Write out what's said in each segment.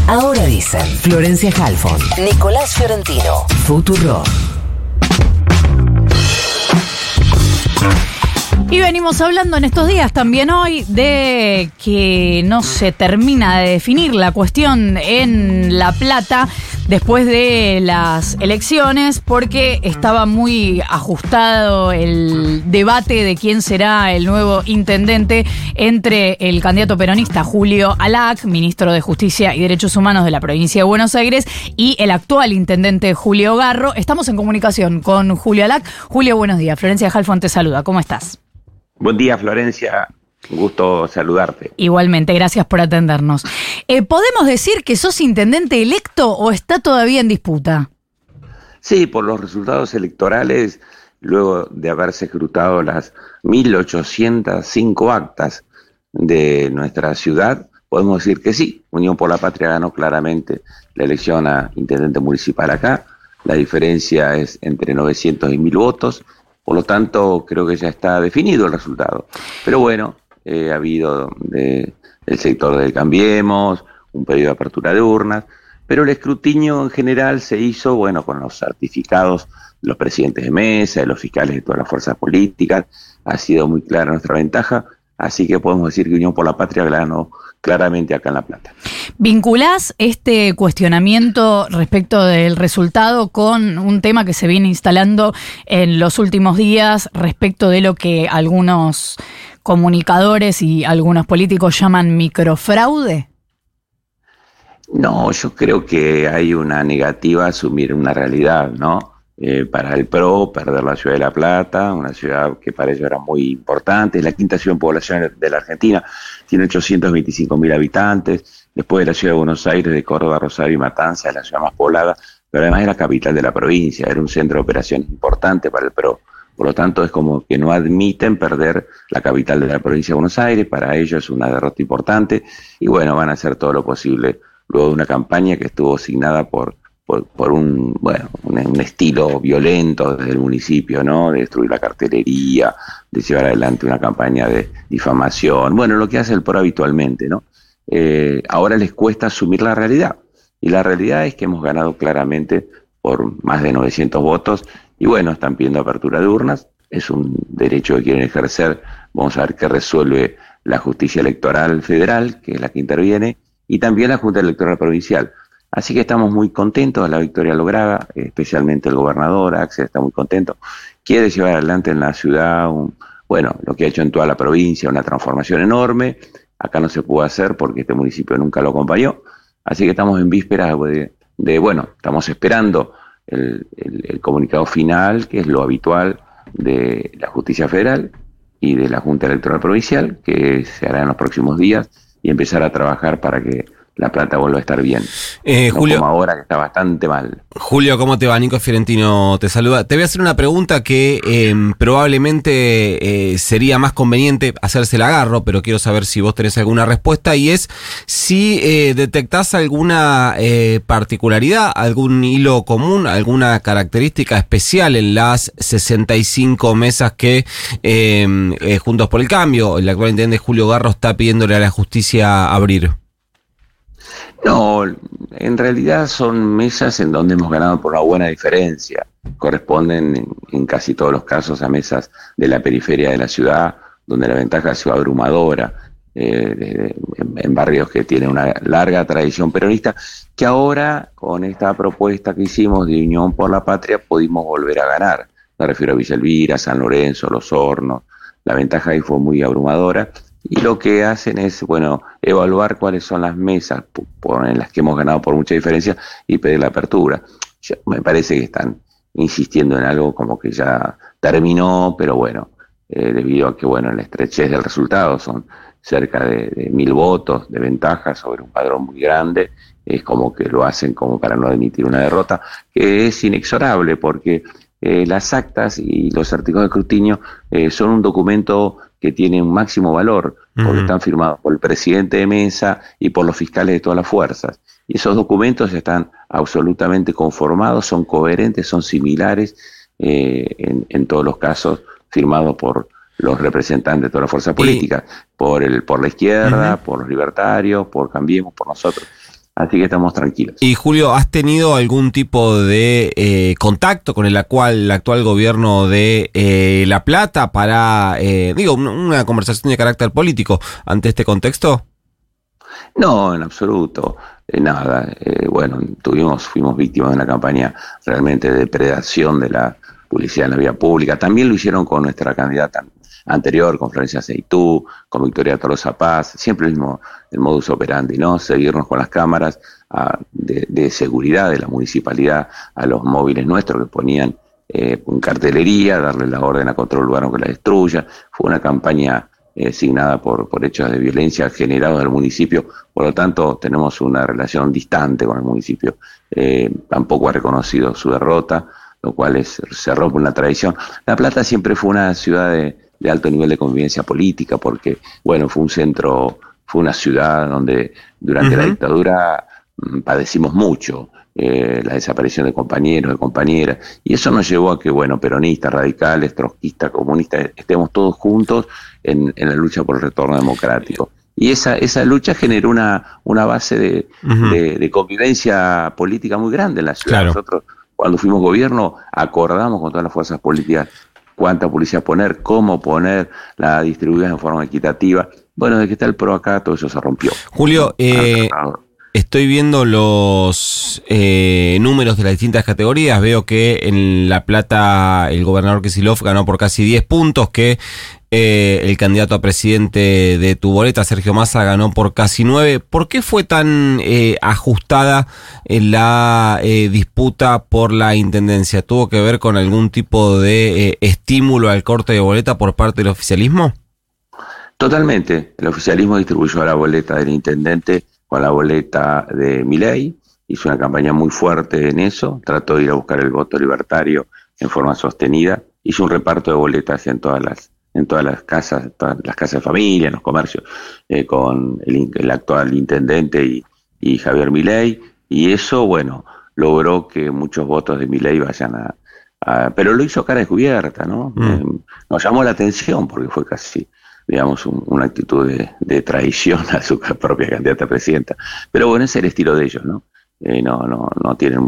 Ahora dicen Florencia Halfon, Nicolás Fiorentino, Futuro. Y venimos hablando en estos días también hoy de que no se termina de definir la cuestión en La Plata después de las elecciones, porque estaba muy ajustado el debate de quién será el nuevo intendente entre el candidato peronista Julio Alac, ministro de Justicia y Derechos Humanos de la provincia de Buenos Aires, y el actual intendente Julio Garro. Estamos en comunicación con Julio Alac. Julio, buenos días. Florencia Halfon te saluda. ¿Cómo estás? Buen día, Florencia. Un gusto saludarte. Igualmente, gracias por atendernos. ¿Podemos decir que sos intendente electo o está todavía en disputa? Sí, por los resultados electorales, luego de haberse escrutado las 1.805 actas de nuestra ciudad, podemos decir que sí. Unión por la Patria ganó claramente la elección a intendente municipal acá. La diferencia es entre 900 y 1.000 votos. Por lo tanto, creo que ya está definido el resultado. Pero bueno, ha habido del sector del Cambiemos, un pedido de apertura de urnas, pero el escrutinio en general se hizo, bueno, con los certificados de los presidentes de mesa, de los fiscales de todas las fuerzas políticas. Ha sido muy clara nuestra ventaja, así que podemos decir que Unión por la Patria ganó claramente acá en La Plata. ¿Vinculás este cuestionamiento respecto del resultado con un tema que se viene instalando en los últimos días respecto de lo que algunos comunicadores y algunos políticos llaman microfraude? No, yo creo que hay una negativa a asumir una realidad, ¿no? Para el PRO, perder la ciudad de La Plata, una ciudad que para ellos era muy importante, es la quinta ciudad en población de la Argentina, tiene 825.000 habitantes, después de la ciudad de Buenos Aires, de Córdoba, Rosario y Matanza, es la ciudad más poblada, pero además es la capital de la provincia, era un centro de operaciones importante para el PRO. Por lo tanto, es como que no admiten perder la capital de la provincia de Buenos Aires, para ellos es una derrota importante, y bueno, van a hacer todo lo posible luego de una campaña que estuvo asignada por un estilo violento desde el municipio, ¿no? De destruir la cartelería, de llevar adelante una campaña de difamación, bueno, lo que hace el PRO habitualmente, ¿no? Ahora les cuesta asumir la realidad, y la realidad es que hemos ganado claramente por más de 900 votos, y bueno, están pidiendo apertura de urnas, es un derecho que quieren ejercer, vamos a ver qué resuelve la justicia electoral federal, que es la que interviene, y también la Junta Electoral Provincial. Así que estamos muy contentos de la victoria lograda, especialmente el gobernador Axel está muy contento, quiere llevar adelante en la ciudad, lo que ha hecho en toda la provincia, una transformación enorme. Acá no se pudo hacer porque este municipio nunca lo acompañó, así que estamos en vísperas estamos esperando el comunicado final, que es lo habitual de la Justicia Federal y de la Junta Electoral Provincial, que se hará en los próximos días, y empezar a trabajar para que La Plata vuelva a estar bien. Julio, como ahora, que está bastante mal. Julio, ¿cómo te va? Nico Fiorentino te saluda. Te voy a hacer una pregunta que probablemente sería más conveniente hacérsela a Garro, pero quiero saber si vos tenés alguna respuesta, y es si detectás alguna particularidad, algún hilo común, alguna característica especial en las 65 mesas que Juntos por el Cambio, el actual intendente Julio Garro, está pidiéndole a la justicia abrir. No, en realidad son mesas en donde hemos ganado por una buena diferencia. Corresponden en casi todos los casos a mesas de la periferia de la ciudad, donde la ventaja ha sido abrumadora, en barrios que tienen una larga tradición peronista, que ahora, con esta propuesta que hicimos de Unión por la Patria, pudimos volver a ganar. Me refiero a Villa Elvira, San Lorenzo, Los Hornos. La ventaja ahí fue muy abrumadora. Y lo que hacen es, evaluar cuáles son las mesas en las que hemos ganado por mucha diferencia y pedir la apertura. Me parece que están insistiendo en algo como que ya terminó, pero debido a que, en la estrechez del resultado son cerca de 1.000 votos de ventaja sobre un padrón muy grande, es como que lo hacen como para no admitir una derrota, que es inexorable porque las actas y los certificados de escrutinio son un documento que tiene un máximo valor, porque están firmados por el presidente de mesa y por los fiscales de todas las fuerzas. Y esos documentos están absolutamente conformados, son coherentes, son similares en todos los casos, firmados por los representantes de todas las fuerzas políticas, por la izquierda, por los libertarios, por Cambiemos, por nosotros. Así que estamos tranquilos. Y Julio, ¿has tenido algún tipo de contacto con el actual gobierno de La Plata para, una conversación de carácter político ante este contexto? No, en absoluto, nada. Fuimos víctimas de una campaña realmente de depredación de la publicidad en la vía pública. También lo hicieron con nuestra candidata anterior, con Florencia Seytú, con Victoria Tolosa Paz, siempre el modus operandi, ¿no? Seguirnos con las cámaras de seguridad de la municipalidad a los móviles nuestros que ponían en cartelería, darle la orden a Control Urbano que la destruya. Fue una campaña signada por hechos de violencia generados del municipio, por lo tanto tenemos una relación distante con el municipio. Tampoco ha reconocido su derrota, lo cual se rompe una tradición. La Plata siempre fue una ciudad de alto nivel de convivencia política, porque fue una ciudad donde durante la dictadura padecimos mucho la desaparición de compañeros, de compañeras, y eso nos llevó a que, peronistas, radicales, trotskistas, comunistas, estemos todos juntos en la lucha por el retorno democrático. Y esa lucha generó una base de convivencia política muy grande en la ciudad. Claro. Nosotros, cuando fuimos gobierno, acordamos con todas las fuerzas políticas cuánta policía poner, cómo poner, la distribución de forma equitativa. Bueno, desde que está el PRO acá, todo eso se rompió. Julio, estoy viendo los números de las distintas categorías. Veo que en La Plata el gobernador Kicillof ganó por casi 10 puntos, que el candidato a presidente de tu boleta, Sergio Massa, ganó por casi 9. ¿Por qué fue tan ajustada la disputa por la intendencia? ¿Tuvo que ver con algún tipo de estímulo al corte de boleta por parte del oficialismo? Totalmente. El oficialismo distribuyó la boleta del intendente con la boleta de Milei, hizo una campaña muy fuerte en eso, trató de ir a buscar el voto libertario en forma sostenida, hizo un reparto de boletas en todas las casas de familia, en los comercios, con el actual intendente y Javier Milei, y eso, logró que muchos votos de Milei vayan pero lo hizo a cara descubierta, ¿no? Nos llamó la atención porque fue casi, digamos, una actitud de traición a su propia candidata a presidenta. Pero ese es el estilo de ellos, ¿no? No tienen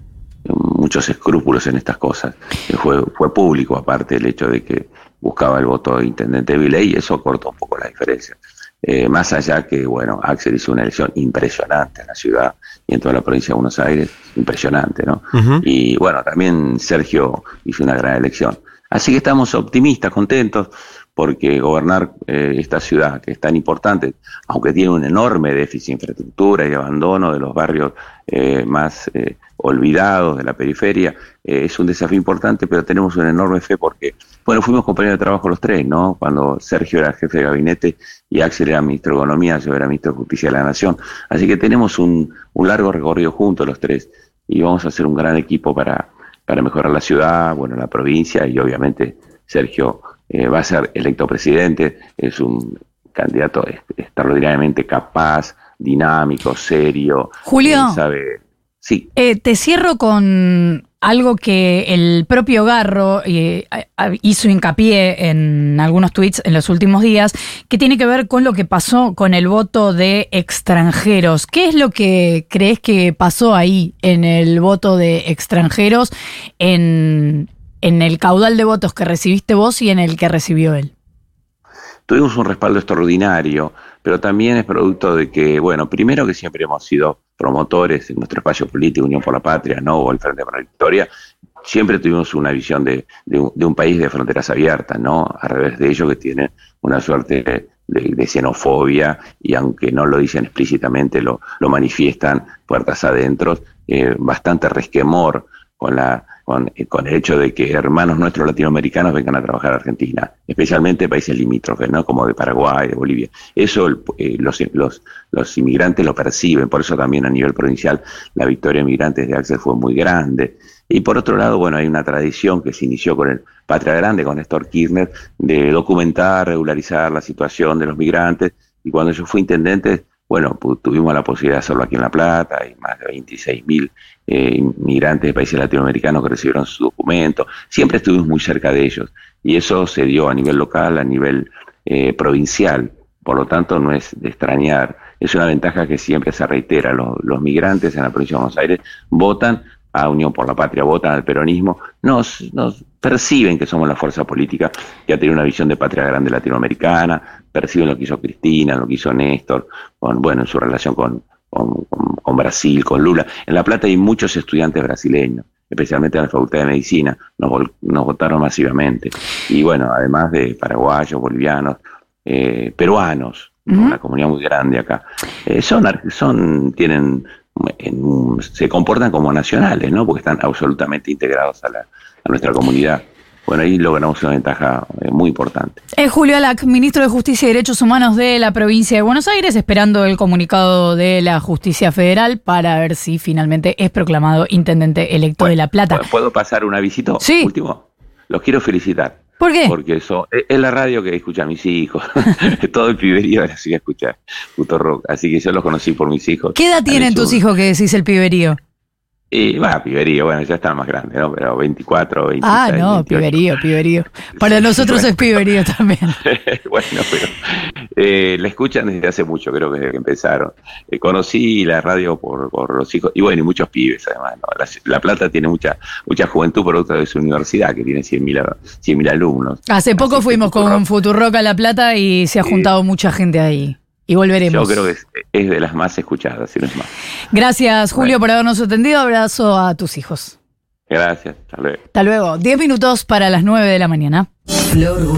muchos escrúpulos en estas cosas. Fue público, aparte, el hecho de que buscaba el voto de intendente Milei, y eso cortó un poco la diferencia. Más allá que, Axel hizo una elección impresionante en la ciudad y en toda la provincia de Buenos Aires, impresionante, ¿no? Y también Sergio hizo una gran elección. Así que estamos optimistas, contentos, porque gobernar esta ciudad, que es tan importante, aunque tiene un enorme déficit de infraestructura y abandono de los barrios más olvidados de la periferia, es un desafío importante, pero tenemos una enorme fe porque, fuimos compañeros de trabajo los tres, ¿no? Cuando Sergio era jefe de gabinete y Axel era ministro de Economía, yo era ministro de Justicia de la Nación. Así que tenemos un largo recorrido juntos los tres y vamos a hacer un gran equipo para mejorar la ciudad, la provincia, y obviamente Sergio va a ser electo presidente. Es un candidato extraordinariamente capaz, dinámico, serio. Julio, sabe. Sí. Te cierro con algo que el propio Garro hizo hincapié en algunos tweets en los últimos días, que tiene que ver con lo que pasó con el voto de extranjeros. ¿Qué es lo que crees que pasó ahí en el voto de extranjeros, en el caudal de votos que recibiste vos y en el que recibió él? Tuvimos un respaldo extraordinario, pero también es producto de que, primero que siempre hemos sido promotores en nuestro espacio político, Unión por la Patria, ¿no? O el Frente para la Victoria, siempre tuvimos una visión de un país de fronteras abiertas, ¿no? Al revés de ellos, que tienen una suerte de xenofobia, y aunque no lo dicen explícitamente, lo manifiestan puertas adentro, bastante resquemor con el hecho de que hermanos nuestros latinoamericanos vengan a trabajar a Argentina, especialmente países limítrofes, ¿no? Como de Paraguay, de Bolivia. Eso los inmigrantes lo perciben, por eso también a nivel provincial la victoria de migrantes de Axel fue muy grande. Y por otro lado, hay una tradición que se inició con el Patria Grande, con Néstor Kirchner, de documentar, regularizar la situación de los migrantes, y cuando yo fui intendente, tuvimos la posibilidad de hacerlo aquí en La Plata. Hay más de 26.000 inmigrantes de países latinoamericanos que recibieron sus documentos. Siempre estuvimos muy cerca de ellos, y eso se dio a nivel local, a nivel provincial. por lo tanto no es de extrañar, es una ventaja que siempre se reitera. Los migrantes en la provincia de Buenos Aires votan a Unión por la Patria, votan al peronismo, nos perciben que somos la fuerza política que ha tenido una visión de patria grande latinoamericana, perciben lo que hizo Cristina, lo que hizo Néstor, en su relación con Brasil, con Lula. En La Plata hay muchos estudiantes brasileños, especialmente en la Facultad de Medicina, nos votaron masivamente. Y bueno, además de paraguayos, bolivianos, peruanos, una comunidad muy grande acá, se comportan como nacionales, ¿no? Porque están absolutamente integrados a nuestra comunidad. Bueno, ahí logramos una ventaja muy importante. Es Julio Alac, ministro de Justicia y Derechos Humanos de la provincia de Buenos Aires, esperando el comunicado de la Justicia Federal para ver si finalmente es proclamado intendente electo de La Plata. ¿Puedo pasar un avisito? Sí. Último. Los quiero felicitar. ¿Por qué? Porque eso es la radio que escuchan mis hijos. Todo el piberío era así que escuchar Futurock. Así que yo los conocí por mis hijos. ¿Qué edad tienen tus hijos que decís el piberío? Piberío, bueno, ya están más grandes, ¿no? Pero 24, 26, Ah, no, 28. piberío. Para nosotros es piberío también. Bueno, pero la escuchan desde hace mucho, creo que desde que empezaron. Conocí la radio por los hijos, y bueno, y muchos pibes además, ¿no? La Plata tiene mucha juventud producto de su universidad, que tiene 100.000 alumnos. Hace poco fuimos con Futurock a La Plata y se ha juntado mucha gente ahí. Y volveremos. Yo creo que es de las más escuchadas, si no es más. Gracias, Julio, por habernos atendido. Abrazo a tus hijos. Gracias, hasta luego. Hasta luego. 10 minutos para las 9 de la mañana.